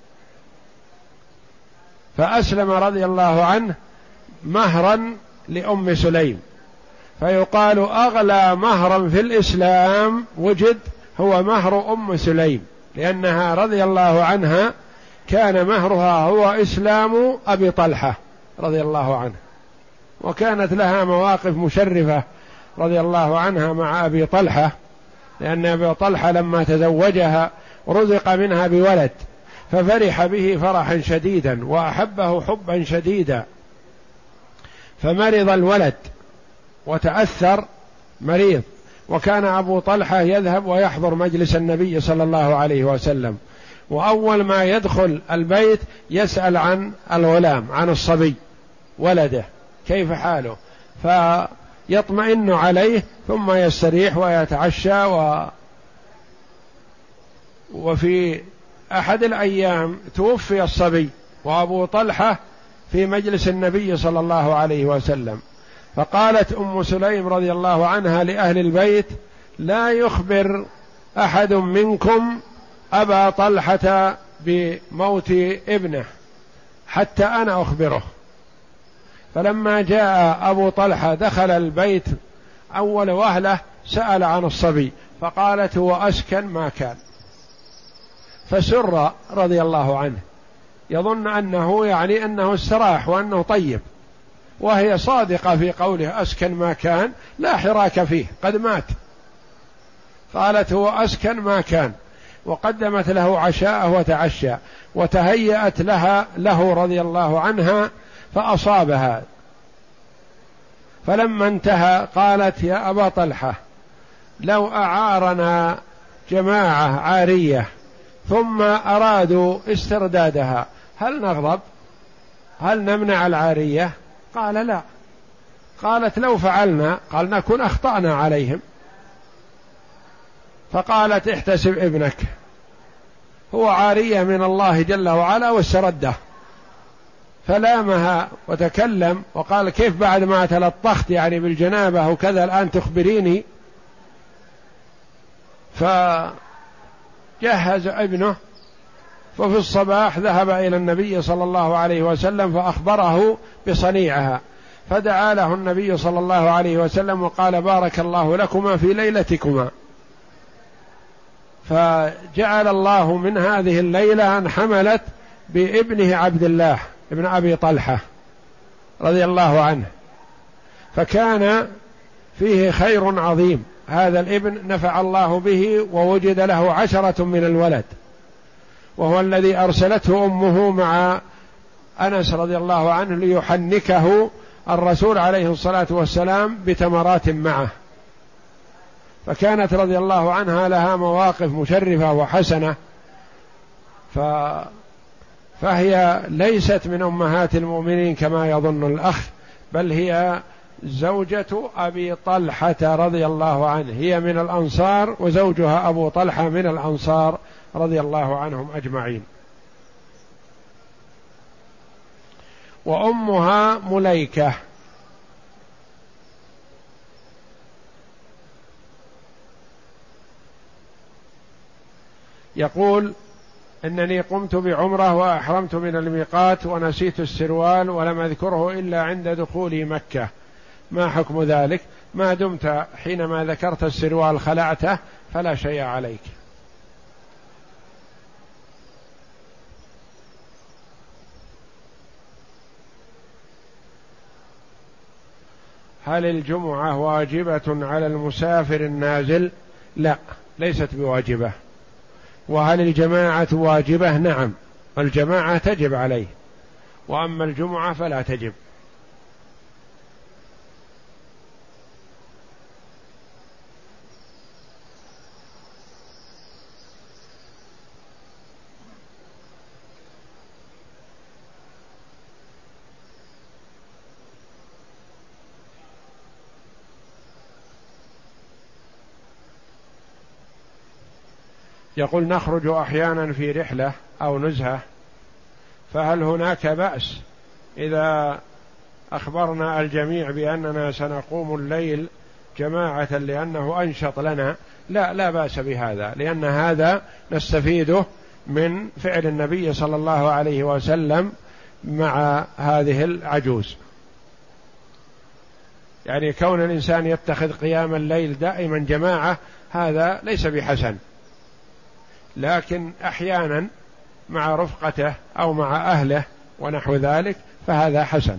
فأسلم رضي الله عنه مهرا لأم سليم، فيقال أغلى مهرا في الإسلام وجد هو مهر أم سليم، لأنها رضي الله عنها كان مهرها هو إسلام أبي طلحة رضي الله عنه، وكانت لها مواقف مشرفة رضي الله عنها مع أبي طلحة، لأن أبي طلحة لما تزوجها رزق منها بولد، ففرح به فرحا شديدا وأحبه حبا شديدا، فمرض الولد وتأثر مريض، وكان أبو طلحة يذهب ويحضر مجلس النبي صلى الله عليه وسلم، وأول ما يدخل البيت يسأل عن الغلام، عن الصبي ولده كيف حاله، فيطمئن عليه ثم يستريح ويتعشى. و وفي أحد الأيام توفي الصبي وأبو طلحة في مجلس النبي صلى الله عليه وسلم، فقالت أم سليم رضي الله عنها لأهل البيت: لا يخبر أحد منكم أبا طلحة بموت ابنه حتى أنا أخبره. فلما جاء أبو طلحة دخل البيت أول وهلة سأل عن الصبي، فقالت: هو أسكن ما كان. فسر رضي الله عنه، يظن أنه يعني أنه استراح وأنه طيب، وهي صادقة في قوله أسكن ما كان، لا حراك فيه، قد مات. قالت: هو أسكن ما كان، وقدمت له عشاءه وتعشى، وتهيأت لها له رضي الله عنها فأصابها. فلما انتهى قالت: يا أبا طلحة، لو أعارنا جماعة عارية ثم أرادوا استردادها هل نغضب؟ هل نمنع العارية؟ قال: لا. قالت: لو فعلنا قال نكون أخطأنا عليهم. فقالت: احتسب ابنك، هو عارية من الله جل وعلا واسترده. فلامها وتكلم وقال: كيف بعد ما تلطخت يعني بالجنابة وكذا الآن تخبريني؟ فجهز ابنه، وفي الصباح ذهب إلى النبي صلى الله عليه وسلم فأخبره بصنيعها، فدعا له النبي صلى الله عليه وسلم وقال: بارك الله لكما في ليلتكما. فجعل الله من هذه الليلة أن حملت بابنه عبد الله ابن أبي طلحة رضي الله عنه، فكان فيه خير عظيم. هذا الابن نفع الله به ووجد له عشرة من الولد، وهو الذي أرسلته أمه مع أنس رضي الله عنه ليحنكه الرسول عليه الصلاة والسلام بتمرات معه. فكانت رضي الله عنها لها مواقف مشرفة وحسنة، ف... فهي ليست من أمهات المؤمنين كما يظن الأخ، بل هي زوجة أبي طلحة رضي الله عنه، هي من الأنصار، وزوجها أبو طلحة من الأنصار رضي الله عنهم أجمعين. وأمها مليكة. يقول: إنني قمت بعمرة وأحرمت من الميقات ونسيت السروال ولم أذكره إلا عند دخولي مكة، ما حكم ذلك؟ ما دمت حينما ذكرت السروال خلعته فلا شيء عليك. هل الجمعة واجبة على المسافر النازل؟ لا، ليست بواجبة. وهل الجماعة واجبة؟ نعم، الجماعة تجب عليه، وأما الجمعة فلا تجب. يقول: نخرج أحيانا في رحلة أو نزهة، فهل هناك بأس إذا أخبرنا الجميع بأننا سنقوم الليل جماعة لأنه أنشط لنا؟ لا، لا بأس بهذا، لأن هذا نستفيده من فعل النبي صلى الله عليه وسلم مع هذه العجوز. يعني كون الإنسان يتخذ قيام الليل دائما جماعة هذا ليس بحسن، لكن أحيانا مع رفقته أو مع أهله ونحو ذلك فهذا حسن.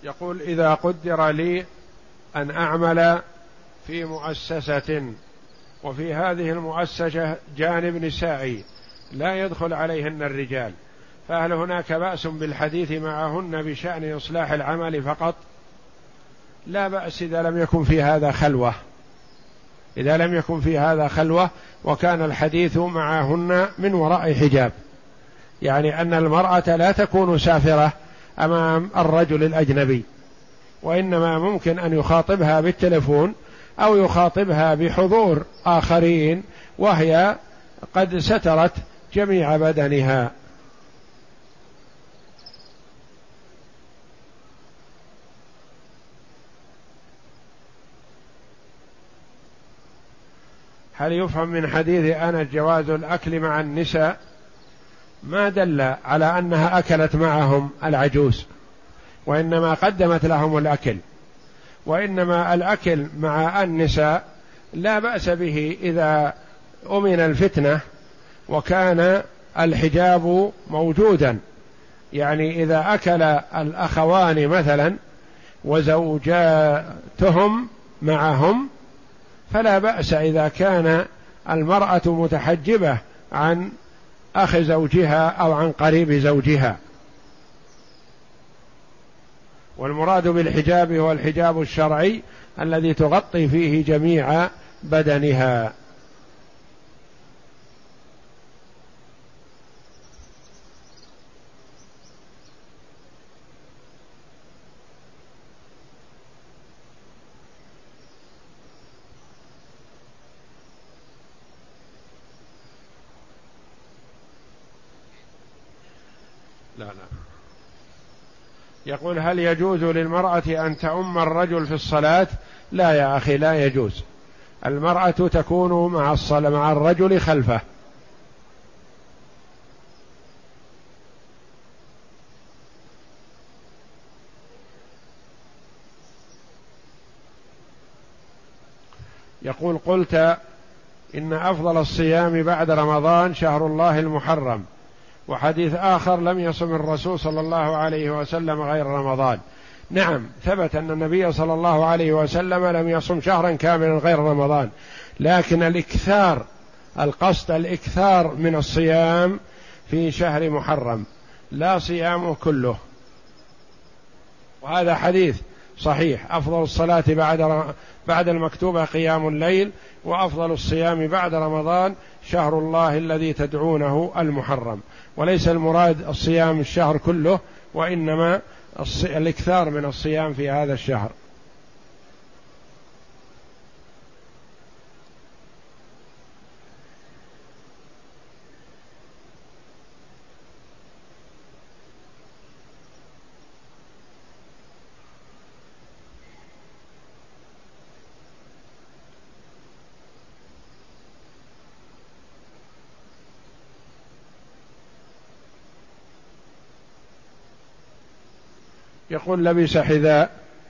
يقول: إذا قدر لي أن أعمل في مؤسسة وفي هذه المؤسسة جانب نسائي لا يدخل عليهن الرجال، فهل هناك بأس بالحديث معهن بشأن إصلاح العمل فقط؟ لا بأس إذا لم يكن في هذا خلوة، إذا لم يكن في هذا خلوة وكان الحديث معهن من وراء حجاب، يعني أن المرأة لا تكون سافرة أمام الرجل الأجنبي، وإنما ممكن أن يخاطبها بالتلفون أو يخاطبها بحضور آخرين وهي قد سترت جميع بدنها. هل يفهم من حديث أنس جواز الأكل مع النساء؟ ما دل على أنها أكلت معهم العجوز، وإنما قدمت لهم الأكل، وإنما الأكل مع النساء لا بأس به إذا أمن الفتنة وكان الحجاب موجودا، يعني إذا أكل الأخوان مثلا وزوجاتهم معهم فلا بأس إذا كان المرأة متحجبة عن أخ زوجها أو عن قريب زوجها. والمراد بالحجاب هو الحجاب الشرعي الذي تغطي فيه جميع بدنها. لا لا. يقول: هل يجوز للمرأة أن تؤم الرجل في الصلاة؟ لا يا أخي، لا يجوز. المرأة تكون مع الصلاة مع الرجل خلفه. يقول: قلت إن أفضل الصيام بعد رمضان شهر الله المحرم، وحديث آخر لم يصم الرسول صلى الله عليه وسلم غير رمضان. نعم، ثبت أن النبي صلى الله عليه وسلم لم يصم شهرا كاملا غير رمضان، لكن الإكثار، القصد الإكثار من الصيام في شهر محرم، لا صيامه كله. وهذا حديث صحيح: أفضل الصلاة بعد بعد المكتوبة قيام الليل، وأفضل الصيام بعد رمضان شهر الله الذي تدعونه المحرم. وليس المراد الصيام الشهر كله، وإنما الإكثار من الصيام في هذا الشهر. يقول: لبس حذاء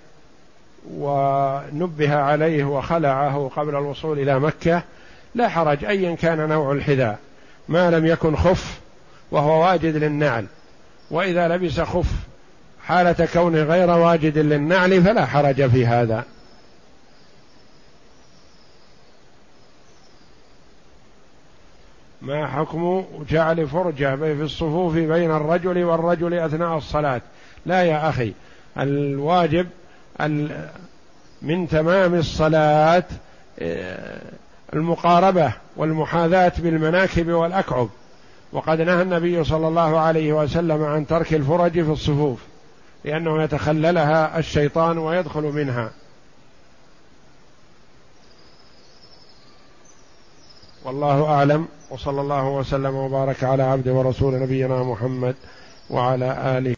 ونبه عليه وخلعه قبل الوصول إلى مكة، لا حرج أيا كان نوع الحذاء ما لم يكن خف وهو واجد للنعل، وإذا لبس خف حالة كونه غير واجد للنعل فلا حرج في هذا. ما حكم جعل فرجة في الصفوف بين الرجل والرجل أثناء الصلاة؟ لا يا أخي، الواجب من تمام الصلاة المقاربة والمحاذاة بالمناكب والأكعب، وقد نهى النبي صلى الله عليه وسلم عن ترك الفرج في الصفوف لأنه يتخللها الشيطان ويدخل منها. والله أعلم، وصلى الله وسلم وبارك على عبد ورسول نبينا محمد وعلى آله.